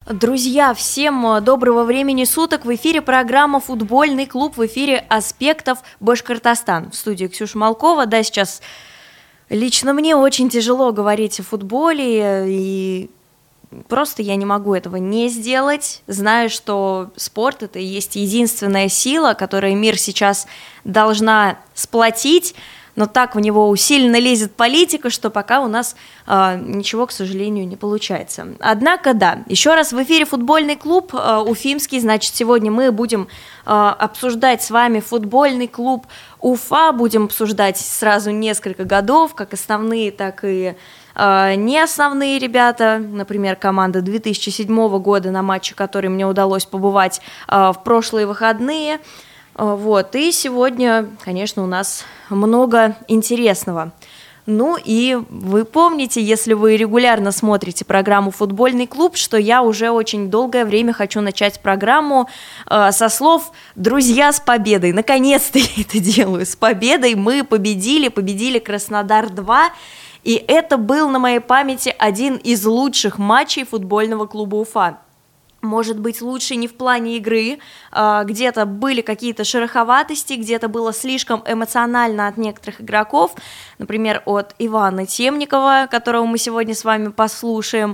Друзья, всем доброго времени суток. В эфире программа «Футбольный клуб», в эфире «Аспектов Башкортостан». В студии Ксюша Малкова. Да, сейчас лично мне очень тяжело говорить о футболе, и просто я не могу этого не сделать. Знаю, что спорт – это и есть единственная сила, которую мир сейчас должна сплотить, но так в него усиленно лезет политика, что пока у нас ничего, к сожалению, не получается. Однако, да, еще раз в эфире «Футбольный клуб» уфимский, значит, сегодня мы будем обсуждать с вами футбольный клуб Уфа, будем обсуждать сразу несколько годов, как основные, так и не основные ребята, например, команда 2007 года, на матче, который мне удалось побывать в прошлые выходные. Вот, и сегодня, конечно, у нас много интересного. Ну и вы помните, если вы регулярно смотрите программу «Футбольный клуб», что я уже очень долгое время хочу начать программу со слов «Друзья, с победой!». Наконец-то я это делаю, с победой мы победили Краснодар-2, и это был на моей памяти один из лучших матчей футбольного клуба Уфа. Может быть, лучше не в плане игры, где-то были какие-то шероховатости, где-то было слишком эмоционально от некоторых игроков, например, от Ивана Темникова, которого мы сегодня с вами послушаем.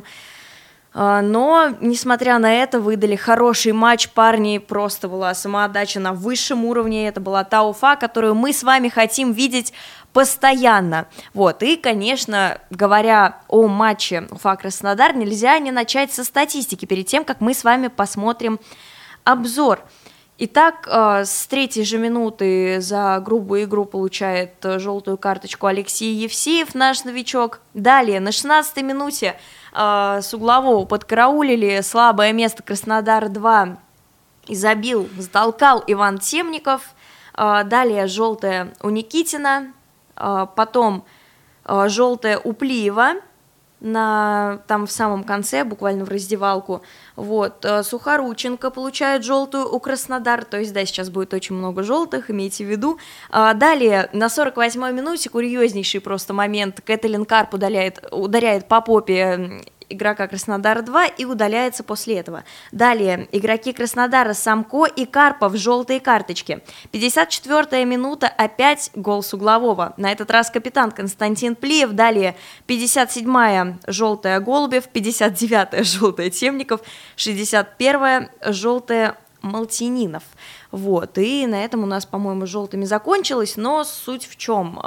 Но, несмотря на это, выдали хороший матч, парни, просто была самоотдача на высшем уровне, это была та Уфа, которую мы с вами хотим видеть постоянно. Вот, и, конечно, говоря о матче Уфа-Краснодар, нельзя не начать со статистики, перед тем, как мы с вами посмотрим обзор. Итак, с третьей же минуты за грубую игру получает желтую карточку Алексей Евсеев, наш новичок. Далее, на 16-й минуте с углового подкараулили слабое место Краснодар-2 и забил, затолкал Иван Темников. Далее желтая у Никитина, потом желтая у Плиева, там в самом конце, буквально в раздевалку. Вот, Сухорученко получает желтую у Краснодара, то есть, да, сейчас будет очень много желтых, имейте в виду. Далее, на 48-й минуте, курьезнейший просто момент, Кэталин Карп ударяет по попе игрока Краснодар-2 и удаляется после этого. Далее, игроки Краснодара Самко и Карпов, желтые карточки. 54-я минута, опять гол с углового. На этот раз капитан Константин Плиев. Далее, 57-я желтая Голубев, 59-я желтая Темников, 61-я желтая Малтининов. Вот, и на этом у нас, по-моему, желтыми закончилось, но суть в чем?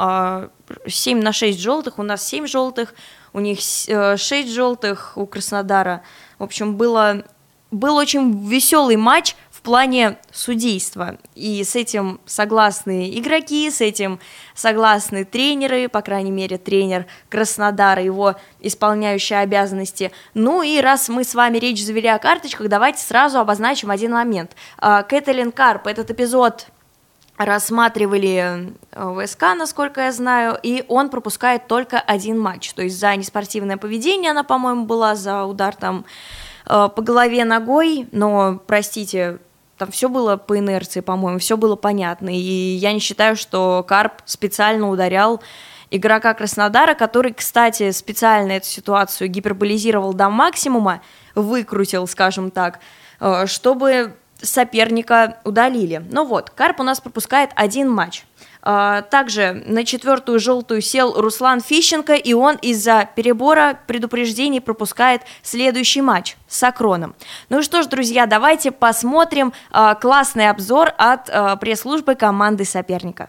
7-6 желтых, у нас 7 желтых, у них 6 желтых у Краснодара. В общем, был очень веселый матч в плане судейства. И с этим согласны игроки, с этим согласны тренеры, по крайней мере, тренер Краснодара, его исполняющие обязанности. Ну и раз мы с вами речь завели о карточках, давайте сразу обозначим один момент. Кэталин Карп, этот эпизод рассматривали в СК, насколько я знаю, и он пропускает только один матч, то есть за неспортивное поведение она, по-моему, была, за удар там по голове ногой, но, простите, там все было по инерции, по-моему, все было понятно, и я не считаю, что Карп специально ударял игрока Краснодара, который, кстати, специально эту ситуацию гиперболизировал до максимума, выкрутил, скажем так, чтобы соперника удалили. Ну вот, Карп у нас пропускает один матч. Также на 4-ю желтую сел Руслан Фищенко, и он из-за перебора предупреждений пропускает следующий матч с Акроном. Ну и что ж, друзья, давайте посмотрим классный обзор от пресс-службы команды соперника.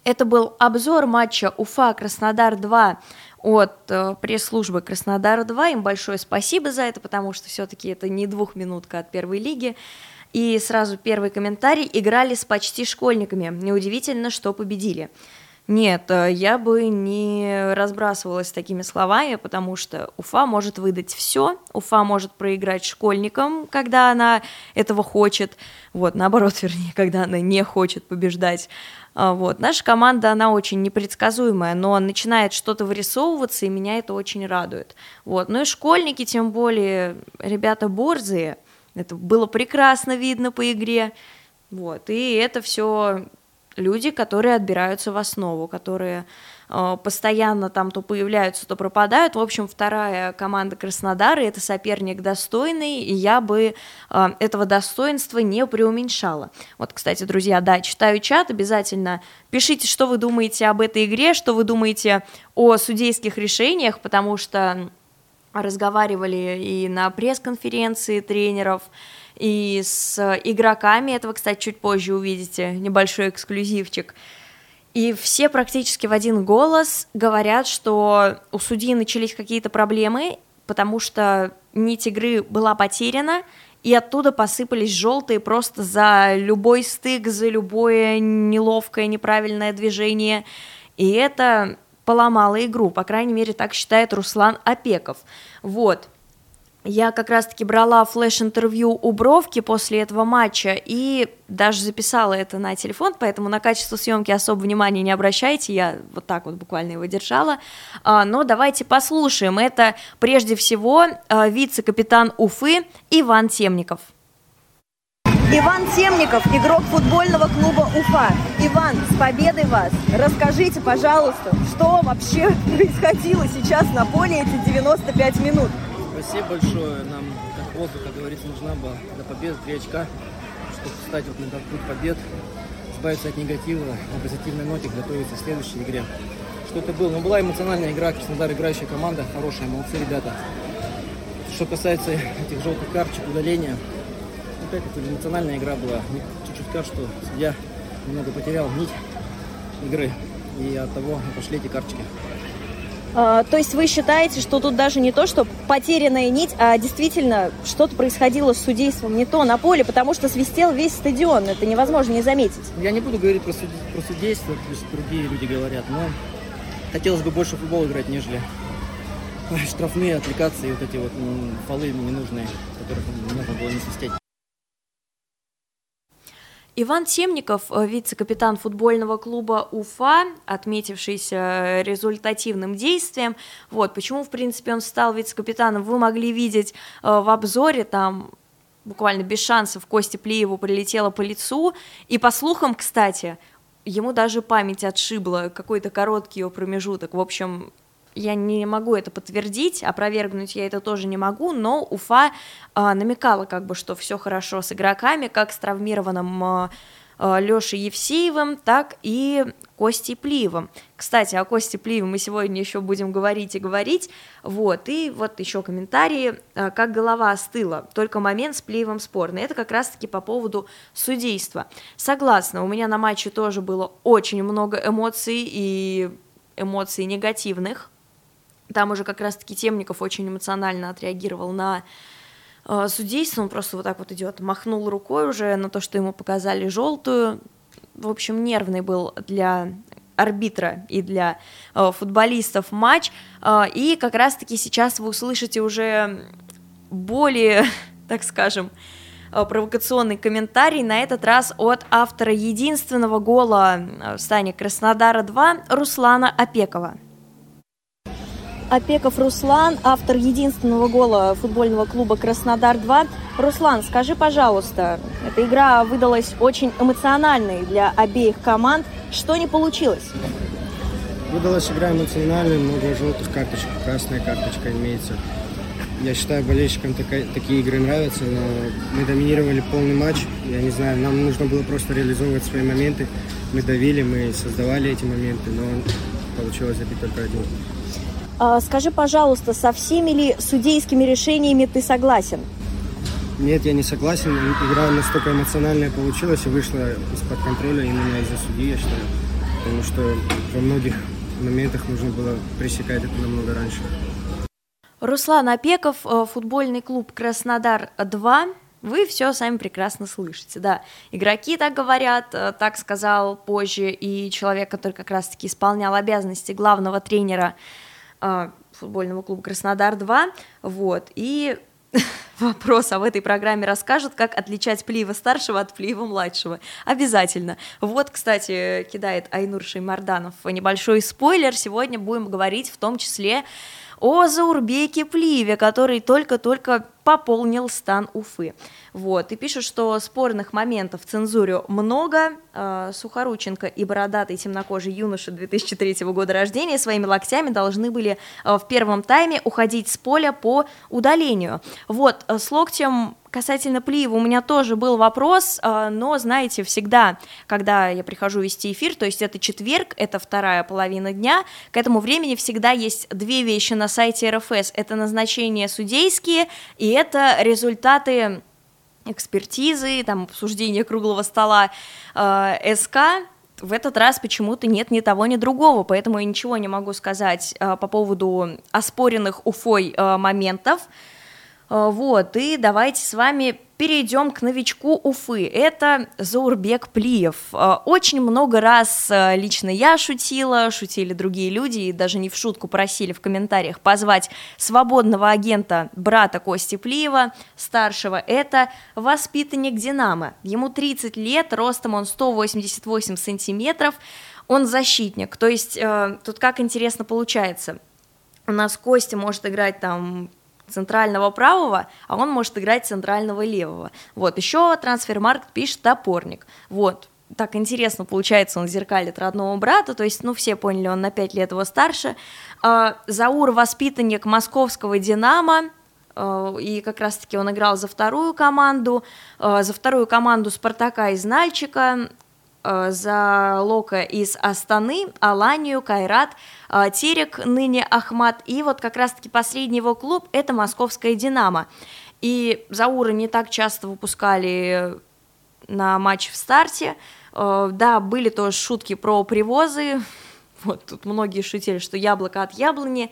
Это был обзор матча Уфа-Краснодар-2 от пресс-службы Краснодар-2. Им большое спасибо за это, потому что все-таки это не двухминутка от первой лиги. И сразу первый комментарий: играли с почти школьниками. Неудивительно, что победили. Нет, я бы не разбрасывалась такими словами, потому что Уфа может выдать все, Уфа может проиграть школьникам, когда она этого хочет, наоборот, вернее, когда она не хочет побеждать. Наша команда, она очень непредсказуемая, но начинает что-то вырисовываться, и меня это очень радует. Ну и школьники, тем более, ребята борзые, это было прекрасно видно по игре, и это все люди, которые отбираются в основу, которые постоянно там то появляются, то пропадают. В общем, вторая команда Краснодара — это соперник достойный, и я бы этого достоинства не преуменьшала. Кстати, друзья, читаю чат, обязательно пишите, что вы думаете об этой игре, что вы думаете о судейских решениях, потому что разговаривали и на пресс-конференции тренеров, и с игроками, этого, кстати, чуть позже увидите, небольшой эксклюзивчик. И все практически в один голос говорят, что у судьи начались какие-то проблемы, потому что нить игры была потеряна, и оттуда посыпались желтые просто за любой стык, за любое неловкое, неправильное движение. И это поломало игру, по крайней мере, так считает Руслан Опеков. Я как раз-таки брала флеш-интервью у Бровки после этого матча и даже записала это на телефон, поэтому на качество съемки особо внимания не обращайте, я буквально его держала. Но давайте послушаем. Это прежде всего вице-капитан Уфы Иван Темников. Иван Темников, игрок футбольного клуба Уфа. Иван, с победой вас! Расскажите, пожалуйста, что вообще происходило сейчас на поле эти 95 минут? Спасибо большое. Нам, как воздух, как говорится, нужна была до победы 3 очка, чтобы встать на этот путь побед, избавиться от негатива, на позитивной ноте готовиться к следующей игре. Что это было? Была эмоциональная игра, Краснодар играющая команда, хорошая, молодцы ребята. Что касается этих желтых карточек, удаления, опять это эмоциональная игра была. Чуть-чуть кажется, что судья немного потерял нить игры, и от того пошли эти карточки. То есть вы считаете, что тут даже не то, что потерянная нить, а действительно что-то происходило с судейством не то на поле, потому что свистел весь стадион, это невозможно не заметить. Я не буду говорить про судейство, пусть другие люди говорят, но хотелось бы больше в футбол играть, нежели штрафные, аппликации, эти фолы ненужные, которых нужно было не свистеть. Иван Темников, вице-капитан футбольного клуба Уфа, отметившийся результативным действием. Почему, в принципе, он стал вице-капитаном, вы могли видеть в обзоре, там буквально без шансов Косте Плиеву прилетело по лицу, и по слухам, кстати, ему даже память отшибла, какой-то короткий его промежуток. В общем, я не могу это подтвердить, опровергнуть я это тоже не могу, но Уфа намекала, что все хорошо с игроками, как с травмированным Лешей Евсеевым, так и Костей Плиевым. Кстати, о Косте Плиеве мы сегодня еще будем говорить и говорить. И еще комментарии, как голова остыла, только момент с Плиевым спорный. Это как раз-таки по поводу судейства. Согласна, у меня на матче тоже было очень много эмоций и эмоций негативных. Там уже как раз-таки Темников очень эмоционально отреагировал на судейство, он просто идет, махнул рукой уже на то, что ему показали желтую. В общем, нервный был для арбитра и для футболистов матч, и как раз-таки сейчас вы услышите уже более, так скажем, провокационный комментарий, на этот раз от автора единственного гола в стане Краснодара-2 Руслана Опекова. Опеков Руслан, автор единственного гола футбольного клуба Краснодар-2. Руслан, скажи, пожалуйста, эта игра выдалась очень эмоциональной для обеих команд. Что не получилось? Выдалась игра эмоциональной, много желтых карточек, красная карточка имеется. Я считаю, болельщикам такие игры нравятся, но мы доминировали полный матч. Я не знаю, нам нужно было просто реализовывать свои моменты. Мы давили, мы создавали эти моменты, но получилось забить только один. Скажи, пожалуйста, со всеми ли судейскими решениями ты согласен? Нет, я не согласен. Игра настолько эмоциональная получилась и вышла из-под контроля именно из-за судьи, я считаю. потому что во многих моментах нужно было пресекать это намного раньше. Руслан Опеков, футбольный клуб «Краснодар-2». Вы все сами прекрасно слышите, да. Игроки так говорят, так сказал позже и человек, который как раз-таки исполнял обязанности главного тренера футбольного клуба «Краснодар-2». Вот, и вопрос, а в этой программе расскажут, как отличать Плиева-старшего от Плиева-младшего. Обязательно. Вот, кстати, кидает Айнур Шеймарданов небольшой спойлер. Сегодня будем говорить в том числе о Заурбеке Плиеве, который только-только пополнил стан Уфы. Вот. И пишут, что спорных моментов в цензуре много. Сухорученко и бородатый темнокожий юноша 2003 года рождения своими локтями должны были в первом тайме уходить с поля по удалению. Вот, с локтем касательно Плиева у меня тоже был вопрос, но, знаете, всегда, когда я прихожу вести эфир, то есть это четверг, это вторая половина дня, к этому времени всегда есть две вещи на сайте РФС. Это назначения судейские и это результаты экспертизы, там, обсуждения круглого стола СК. В этот раз почему-то нет ни того, ни другого, поэтому я ничего не могу сказать по поводу оспоренных Уфой моментов. Вот, и давайте с вами перейдем к новичку Уфы, это Заурбек Плиев. Очень много раз лично я шутили другие люди, и даже не в шутку просили в комментариях позвать свободного агента брата Кости Плиева, старшего, это воспитанник «Динамо». Ему 30 лет, ростом он 188 сантиметров, он защитник, то есть тут как интересно получается, у нас Костя может играть там центрального правого, а он может играть центрального левого. Вот, еще Трансфермаркт пишет топорник. Вот, так интересно получается, он зеркалит родного брата, то есть, ну, все поняли, он на 5 лет его старше. Заур воспитанник московского «Динамо», и как раз-таки он играл за вторую команду «Спартака» из Нальчика, за Лока из Астаны, Аланию, Кайрат, Терек, ныне Ахмат, и вот как раз-таки последний его клуб – это московская «Динамо». И Заура не так часто выпускали на матч в старте, да, были тоже шутки про привозы, вот тут многие шутили, что яблоко от яблони,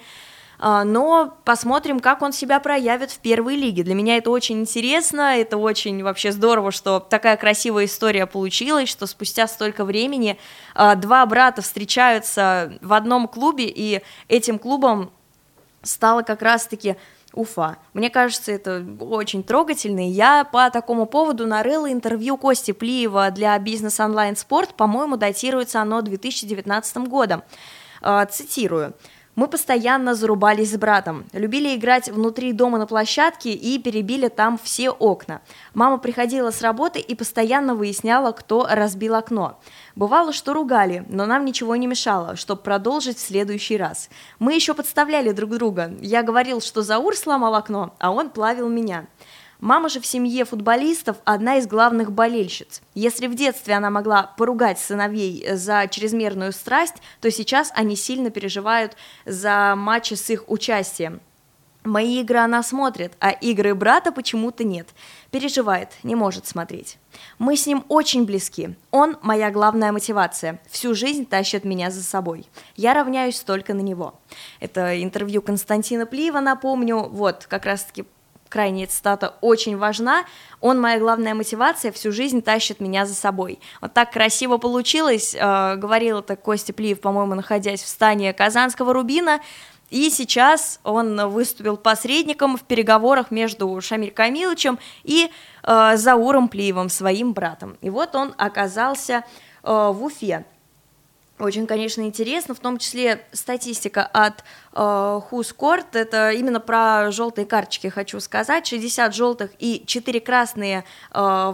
но посмотрим, как он себя проявит в первой лиге. Для меня это очень интересно, это очень вообще здорово, что такая красивая история получилась, что спустя столько времени два брата встречаются в одном клубе, и этим клубом стала как раз-таки Уфа. Мне кажется, это очень трогательно. Я по такому поводу нарыла интервью Кости Плиева для «Бизнес Онлайн Спорт», по-моему, датируется оно 2019 годом. Цитирую. «Мы постоянно зарубались с братом, любили играть внутри дома на площадке и перебили там все окна. Мама приходила с работы и постоянно выясняла, кто разбил окно. Бывало, что ругали, но нам ничего не мешало, чтобы продолжить в следующий раз. Мы еще подставляли друг друга. Я говорил, что Заур сломал окно, а он плавил меня. Мама же в семье футболистов одна из главных болельщиц. Если в детстве она могла поругать сыновей за чрезмерную страсть, то сейчас они сильно переживают за матчи с их участием. Мои игры она смотрит, а игры брата почему-то нет. Переживает, не может смотреть. Мы с ним очень близки. Он моя главная мотивация. Всю жизнь тащит меня за собой. Я равняюсь только на него». Это интервью Константина Плиева, напомню. Вот, как раз-таки крайняя цитата очень важна. «Он моя главная мотивация, всю жизнь тащит меня за собой». Вот так красиво получилось. Говорил это Костя Плиев, по-моему, находясь в стане казанского «Рубина». И сейчас он выступил посредником в переговорах между Шамиль Камиловичем и Зауром Плиевым, своим братом. И вот он оказался в Уфе. Очень, конечно, интересно, в том числе статистика от Хускорт, это именно про желтые карточки хочу сказать, 60 желтых и 4 красные в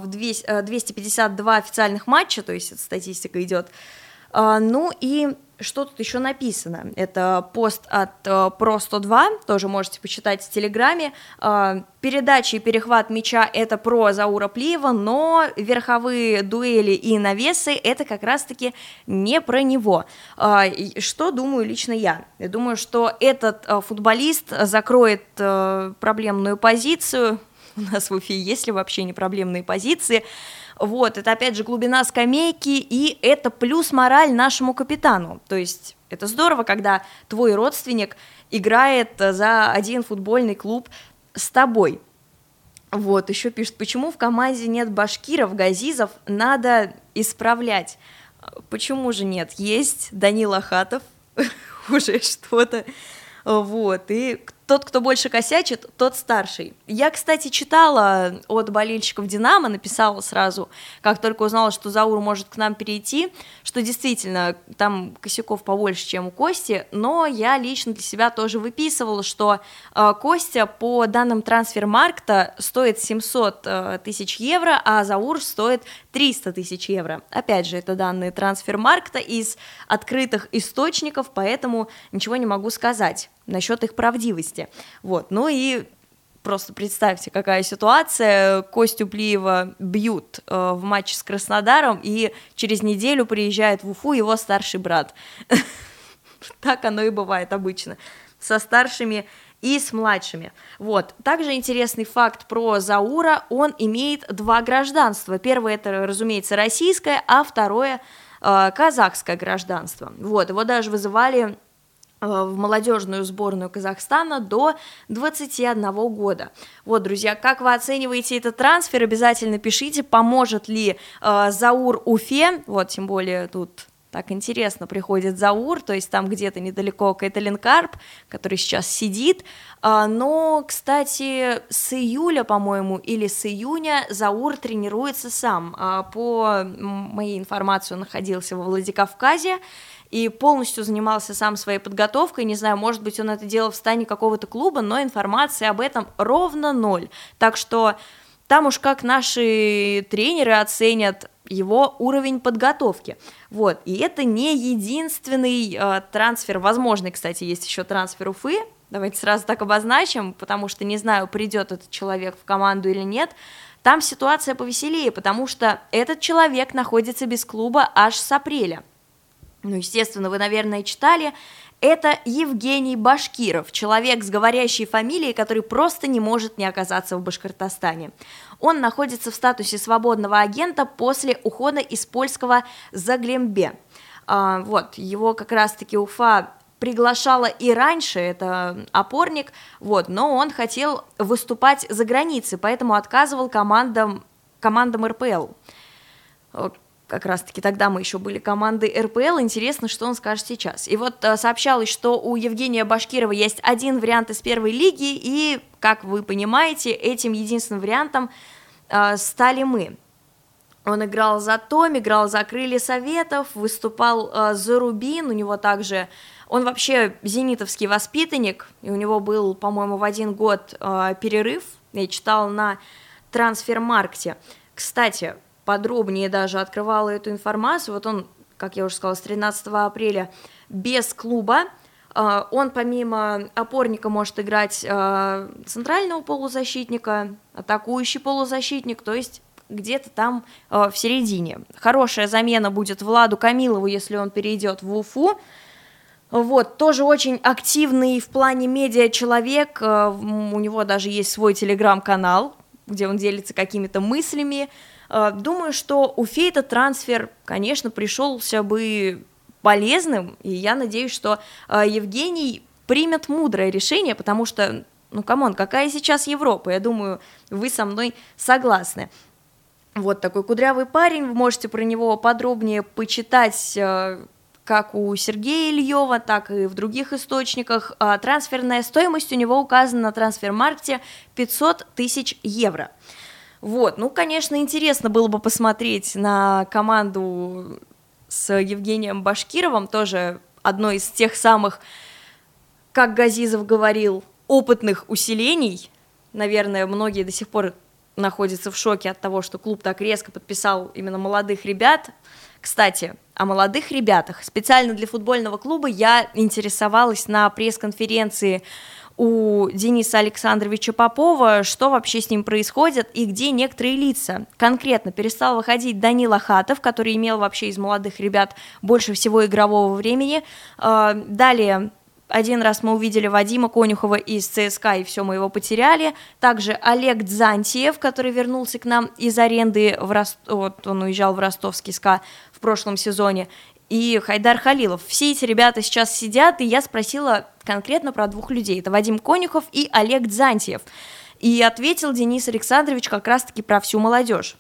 252 официальных матча, то есть эта статистика идет. Ну и что тут еще написано? Это пост от Про102, тоже можете почитать в Телеграме. Передача и перехват мяча – это про Заура Плиева, но верховые дуэли и навесы – это как раз-таки не про него. Что думаю лично я? Я думаю, что этот футболист закроет проблемную позицию. У нас в Уфе есть ли вообще не проблемные позиции? Вот, это опять же глубина скамейки, и это плюс мораль нашему капитану. То есть это здорово, когда твой родственник играет за один футбольный клуб с тобой. Вот, еще пишет, почему в команде нет башкиров, газизов, надо исправлять. Почему же нет? Есть Данил Ахатов, уже что-то. Вот, и тот, кто больше косячит, тот старший. Я, кстати, читала от болельщиков «Динамо», написала сразу, как только узнала, что Заур может к нам перейти, что действительно там косяков побольше, чем у Кости, но я лично для себя тоже выписывала, что Костя по данным Трансфермаркта стоит 700 тысяч евро, а Заур стоит 300 тысяч евро. Опять же, это данные Трансфермаркта из открытых источников, поэтому ничего не могу сказать насчет их правдивости. Вот. Ну и просто представьте, какая ситуация. Костю Плиева бьют в матче с Краснодаром, и через неделю приезжает в Уфу его старший брат. Так оно и бывает обычно. Со старшими и с младшими. Вот. Также интересный факт про Заура. Он имеет 2 гражданства. Первое, это, разумеется, российское, а второе казахское гражданство. Вот. Его даже вызывали в молодежную сборную Казахстана до 21 года. Вот, друзья, как вы оцениваете этот трансфер, обязательно пишите, поможет ли Заур Уфе, вот, тем более тут так интересно приходит Заур, то есть там где-то недалеко Кайталин Карп, который сейчас сидит, но, кстати, с июля, по-моему, или с июня Заур тренируется сам, по моей информации он находился во Владикавказе, и полностью занимался сам своей подготовкой, не знаю, может быть, он это делал в стане какого-то клуба, но информации об этом ровно 0, так что там уж как наши тренеры оценят его уровень подготовки, вот, и это не единственный трансфер, возможный, кстати, есть еще трансфер Уфы, давайте сразу так обозначим, потому что не знаю, придет этот человек в команду или нет, там ситуация повеселее, потому что этот человек находится без клуба аж с апреля. Ну, естественно, вы, наверное, читали, это Евгений Башкиров, человек с говорящей фамилией, который просто не может не оказаться в Башкортостане. Он находится в статусе свободного агента после ухода из польского Заглембе. Вот, его как раз-таки Уфа приглашала и раньше, это опорник, вот, но он хотел выступать за границей, поэтому отказывал командам РПЛ. Как раз-таки тогда мы еще были командой РПЛ, интересно, что он скажет сейчас. И вот сообщалось, что у Евгения Башкирова есть один вариант из первой лиги, и, как вы понимаете, этим единственным вариантом стали мы. Он играл за Том, играл за Крылья Советов, выступал за Рубин, у него также... Он вообще зенитовский воспитанник, и у него был, по-моему, в 1 год перерыв, я читала на Трансфермаркте. Кстати, подробнее даже открывала эту информацию, вот он, как я уже сказала, с 13 апреля без клуба, он помимо опорника может играть центрального полузащитника, атакующий полузащитник, то есть где-то там в середине. Хорошая замена будет Владу Камилову, если он перейдет в Уфу. Вот, тоже очень активный в плане медиа человек, у него даже есть свой телеграм-канал, где он делится какими-то мыслями. Думаю, что Уфе этот трансфер, конечно, пришелся бы полезным, и я надеюсь, что Евгений примет мудрое решение, потому что, ну, камон, какая сейчас Европа, я думаю, вы со мной согласны. Вот такой кудрявый парень, вы можете про него подробнее почитать, как у Сергея Ильева, так и в других источниках. Трансферная стоимость у него указана на Трансфермаркте 500 тысяч евро. Вот, ну, конечно, интересно было бы посмотреть на команду с Евгением Башкировым, тоже одно из тех самых, как Газизов говорил, опытных усилений. Наверное, многие до сих пор находятся в шоке от того, что клуб так резко подписал именно молодых ребят. Кстати, о молодых ребятах. Специально для футбольного клуба я интересовалась на пресс-конференции у Дениса Александровича Попова, что вообще с ним происходит и где некоторые лица. Конкретно перестал выходить Данил Ахатов, который имел вообще из молодых ребят больше всего игрового времени. Далее один раз мы увидели Вадима Конюхова из ЦСКА, и все, мы его потеряли. Также Олег Дзантьев, который вернулся к нам из аренды, вот он уезжал в ростовский СКА в прошлом сезоне, и Хайдар Халилов. Все эти ребята сейчас сидят, и я спросила конкретно про двух людей. Это Вадим Конюхов и Олег Дзантьев. И ответил Денис Александрович как раз-таки про всю молодежь.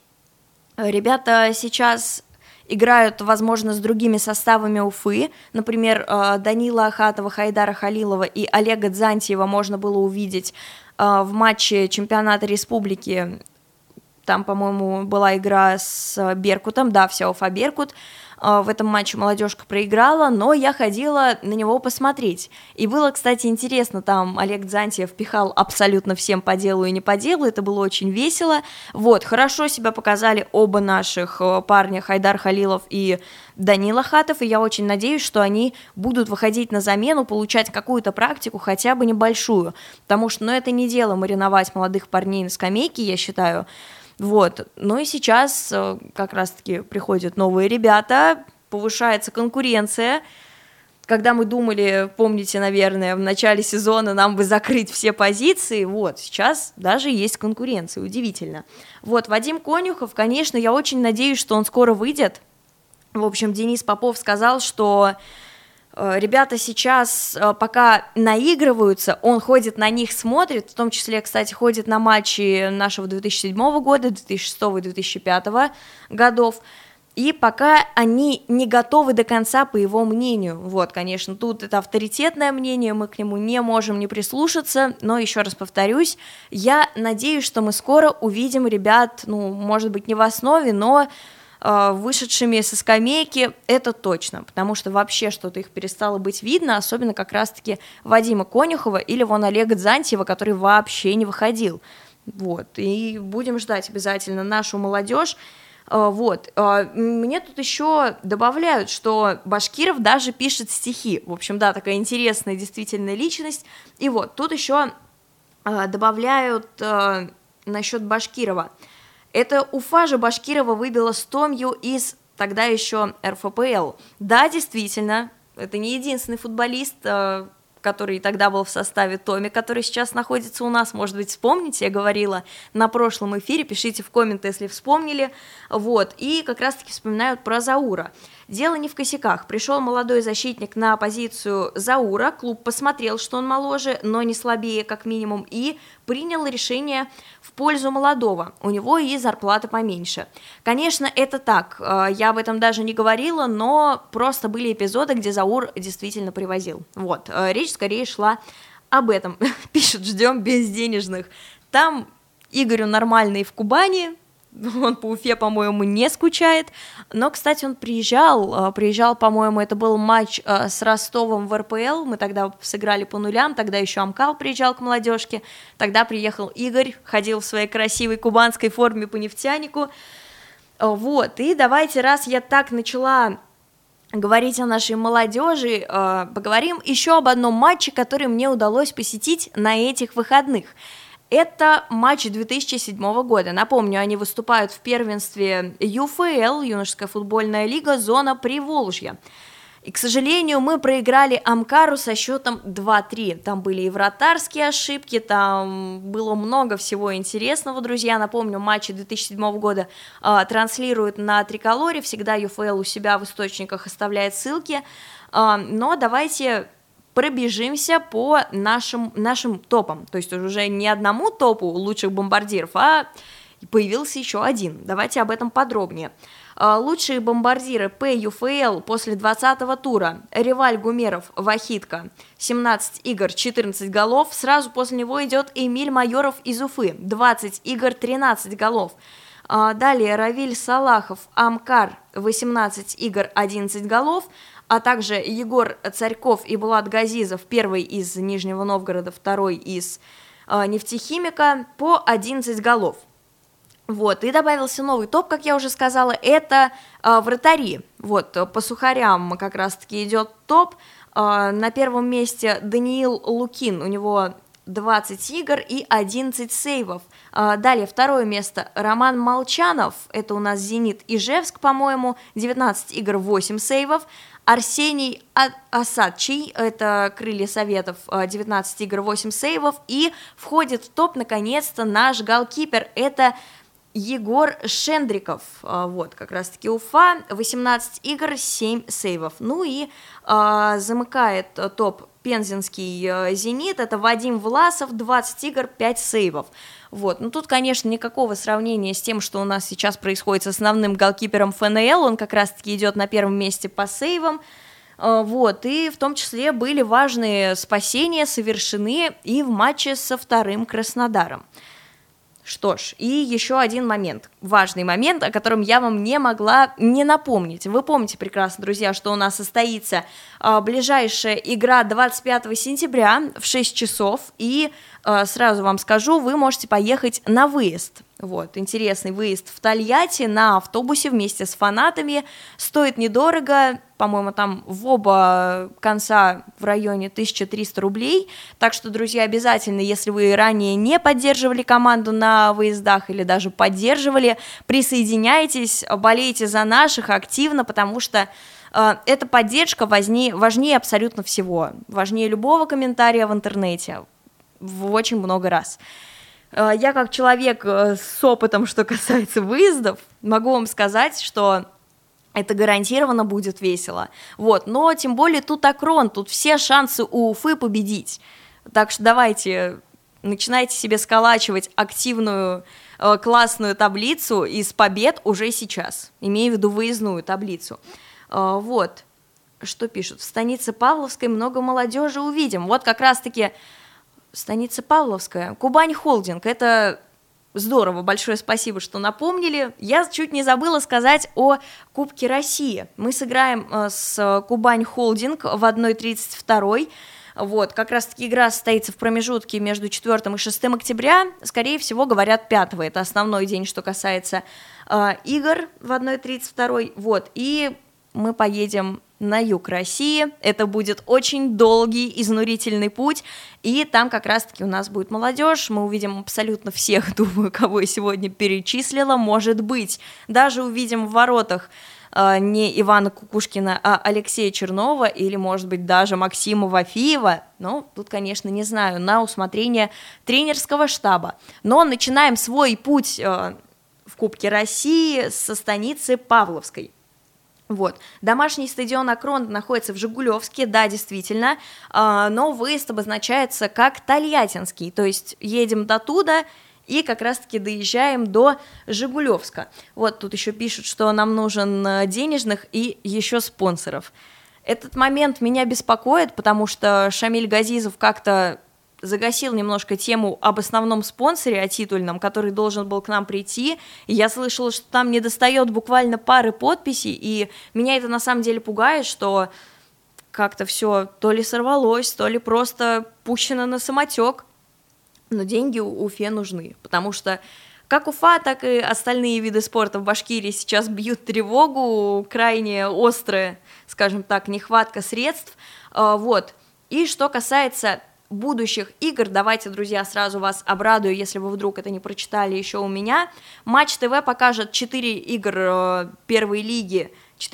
Ребята сейчас играют, возможно, с другими составами Уфы. Например, Данила Ахатова, Хайдара Халилова и Олега Дзантьева можно было увидеть в матче чемпионата республики. Там, по-моему, была игра с Беркутом, да, вся Уфа Беркут. В этом матче молодежка проиграла, но я ходила на него посмотреть. И было, кстати, интересно, там Олег Дзантьев пихал абсолютно всем по делу и не по делу, это было очень весело. Вот, хорошо себя показали оба наших парня, Хайдар Халилов и Данила Хатов, и я очень надеюсь, что они будут выходить на замену, получать какую-то практику, хотя бы небольшую, потому что, это не дело мариновать молодых парней на скамейке, я считаю. Вот, и сейчас как раз-таки приходят новые ребята, повышается конкуренция. Когда мы думали, помните, наверное, в начале сезона нам бы закрыть все позиции, вот, сейчас даже есть конкуренция, удивительно. Вот, Вадим Конюхов, конечно, я очень надеюсь, что он скоро выйдет. В общем, Денис Попов сказал, что ребята сейчас пока наигрываются, он ходит на них, смотрит, в том числе, кстати, ходит на матчи нашего 2007 года, 2006 и 2005 годов, и пока они не готовы до конца, по его мнению. Вот, конечно, тут это авторитетное мнение, мы к нему не можем не прислушаться, но еще раз повторюсь, я надеюсь, что мы скоро увидим ребят, может быть, не в основе, но вышедшими со скамейки, это точно, потому что вообще что-то их перестало быть видно, особенно как раз-таки Вадима Конюхова или вон Олега Дзантьева, который вообще не выходил. Вот, и будем ждать обязательно нашу молодежь. Вот, мне тут еще добавляют, что Башкиров даже пишет стихи, в общем, да, такая интересная действительно личность, и вот, тут еще добавляют насчет Башкирова. Это Уфа же Башкирова выбила с Томью из тогда еще РФПЛ. Да, действительно, это не единственный футболист, который тогда был в составе Томи, который сейчас находится у нас, может быть, вспомните, я говорила на прошлом эфире, пишите в комменты, если вспомнили, вот, и как раз-таки вспоминают про Заура. Дело не в косяках, пришел молодой защитник на позицию Заура, клуб посмотрел, что он моложе, но не слабее, как минимум, и принял решение в пользу молодого, у него и зарплата поменьше. Конечно, это так, я об этом даже не говорила, но просто были эпизоды, где Заур действительно привозил, вот, речь скорее шла об этом, пишут, ждем безденежных, там Игорю нормально и в Кубани, он по Уфе, по-моему, не скучает, но, кстати, он приезжал, по-моему, это был матч с Ростовом в РПЛ, мы тогда сыграли по нулям, тогда еще Амкал приезжал к молодежке, тогда приехал Игорь, ходил в своей красивой кубанской форме по нефтянику, вот, и давайте, раз я так начала говорить о нашей молодежи, поговорим еще об одном матче, который мне удалось посетить на этих выходных. Это матч 2007 года. Напомню, они выступают в первенстве ЮФЛ, юношеская футбольная лига, зона Приволжья. И, к сожалению, мы проиграли Амкару со счетом 2-3. Там были и вратарские ошибки, там было много всего интересного, друзья. Напомню, матчи 2007 года транслируют на Триколоре, всегда ЮФЛ у себя в источниках оставляет ссылки. Но давайте пробежимся по нашим топам, то есть уже не одному топу лучших бомбардиров, а появился еще один. Давайте об этом подробнее. Лучшие бомбардиры по ЮФЛ после 20-го тура. Реваль Гумеров, Вахидка, 17 игр, 14 голов. Сразу после него идет Эмиль Майоров из Уфы, 20 игр, 13 голов. Далее Равиль Салахов, Амкар, 18 игр, 11 голов. А также Егор Царьков и Булат Газизов, первый из Нижнего Новгорода, второй из Нефтехимика, по 11 голов. Вот, и добавился новый топ, как я уже сказала, это вратари. Вот, по сухарям как раз-таки идет топ. На первом месте Даниил Лукин, у него 20 игр и 11 сейвов. Далее, второе место Роман Молчанов, это у нас «Зенит» Ижевск, по-моему, 19 игр, 8 сейвов. Арсений Асадчий, это «Крылья Советов», 19 игр, 8 сейвов. И входит в топ, наконец-то, наш голкипер, это Егор Шендриков, вот, как раз-таки Уфа, 18 игр, 7 сейвов. Ну и замыкает топ пензенский «Зенит», это Вадим Власов, 20 игр, 5 сейвов. Вот, ну тут, конечно, никакого сравнения с тем, что у нас сейчас происходит с основным голкипером ФНЛ, он как раз-таки идет на первом месте по сейвам. Вот, и в том числе были важные спасения совершены и в матче со вторым Краснодаром. Что ж, и еще один момент, важный момент, о котором я вам не могла не напомнить. Вы помните прекрасно, друзья, что у нас состоится ближайшая игра 25 сентября в 6 часов, и сразу вам скажу, вы можете поехать на выезд. Вот, интересный выезд в Тольятти на автобусе вместе с фанатами, стоит недорого, по-моему, там в оба конца в районе 1300 рублей, так что, друзья, обязательно, если вы ранее не поддерживали команду на выездах или даже поддерживали, присоединяйтесь, болейте за наших активно, потому что эта поддержка важнее абсолютно всего, важнее любого комментария в интернете, в очень много раз. Я как человек с опытом, что касается выездов, могу вам сказать, что это гарантированно будет весело. Вот, но тем более тут Акрон, тут все шансы у Уфы победить. Так что давайте, начинайте себе сколачивать активную классную таблицу из побед уже сейчас, имею в виду выездную таблицу. Вот, что пишут, в станице Павловской много молодежи увидим. Вот как раз-таки станица Павловская, Кубань Холдинг, это здорово, большое спасибо, что напомнили. Я чуть не забыла сказать о Кубке России. Мы сыграем с Кубань Холдинг в 1:32. Вот, как раз-таки игра состоится в промежутке между 4 и 6 октября, скорее всего, говорят 5, это основной день, что касается игр в 1:32. Вот, и мы поедем на юг России, это будет очень долгий, изнурительный путь, и там как раз-таки у нас будет молодежь, мы увидим абсолютно всех, думаю, кого я сегодня перечислила, может быть, даже увидим в воротах не Ивана Кукушкина, а Алексея Чернова, или, может быть, даже Максима Вафиева, ну, тут, конечно, не знаю, на усмотрение тренерского штаба, но начинаем свой путь в Кубке России со станицы Павловской. Вот. Домашний стадион Акрон находится в Жигулевске, да, действительно, но выезд обозначается как Тольяттинский, то есть едем до туда и как раз-таки доезжаем до Жигулевска. Вот тут еще пишут, что нам нужен денежных и еще спонсоров. Этот момент меня беспокоит, потому что Шамиль Газизов как-то загасил немножко тему об основном спонсоре, о титульном, который должен был к нам прийти, и я слышала, что там недостает буквально пары подписей, и меня это на самом деле пугает, что как-то все то ли сорвалось, то ли просто пущено на самотек, но деньги Уфе нужны, потому что как Уфа, так и остальные виды спорта в Башкирии сейчас бьют тревогу, крайне острая, скажем так, нехватка средств, вот, и что касается будущих игр, давайте, друзья, сразу вас обрадую, если вы вдруг это не прочитали еще у меня. Матч ТВ покажет 4 игры первой лиги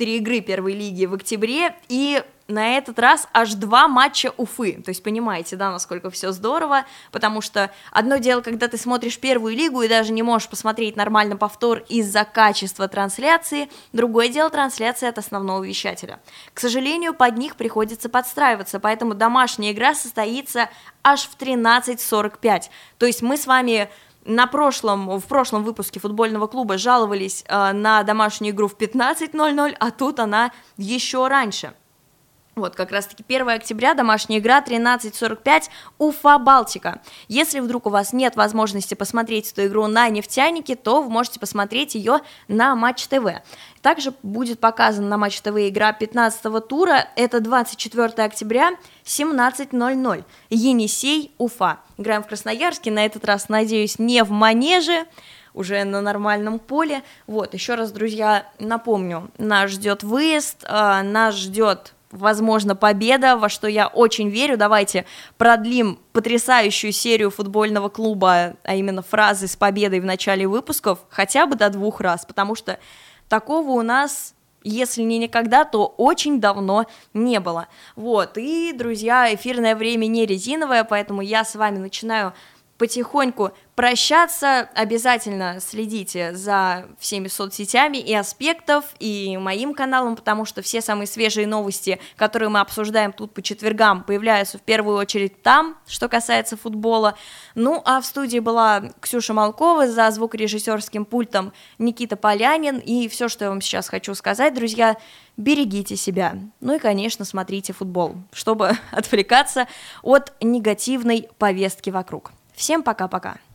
в октябре, и на этот раз аж 2 матча Уфы, то есть понимаете, да, насколько все здорово, потому что одно дело, когда ты смотришь первую лигу и даже не можешь посмотреть нормально повтор из-за качества трансляции, другое дело трансляция от основного вещателя. К сожалению, под них приходится подстраиваться, поэтому домашняя игра состоится аж в 13:45, то есть мы с вами в прошлом выпуске футбольного клуба жаловались на домашнюю игру в 15:00, а тут она еще раньше. Вот, как раз-таки 1 октября, домашняя игра, 13:45, Уфа-Балтика. Если вдруг у вас нет возможности посмотреть эту игру на «Нефтянике», то вы можете посмотреть ее на Матч ТВ. Также будет показана на Матч ТВ игра 15-го тура, это 24 октября, 17:00, Енисей-Уфа. Играем в Красноярске, на этот раз, надеюсь, не в манеже, уже на нормальном поле. Вот, еще раз, друзья, напомню, нас ждет выезд, нас ждет возможно, победа, во что я очень верю. Давайте продлим потрясающую серию футбольного клуба, а именно фразы с победой в начале выпусков, хотя бы до 2 раз, потому что такого у нас, если не никогда, то очень давно не было. Вот, и, друзья, эфирное время не резиновое, поэтому я с вами начинаю потихоньку прощаться. Обязательно следите за всеми соцсетями и Аспектов, и моим каналом, потому что все самые свежие новости, которые мы обсуждаем тут по четвергам, появляются в первую очередь там, что касается футбола. Ну, а в студии была Ксюша Малкова, за звукорежиссерским пультом Никита Полянин, и все, что я вам сейчас хочу сказать, друзья, берегите себя. Ну и, конечно, смотрите футбол, чтобы отвлекаться от негативной повестки вокруг. Всем пока-пока.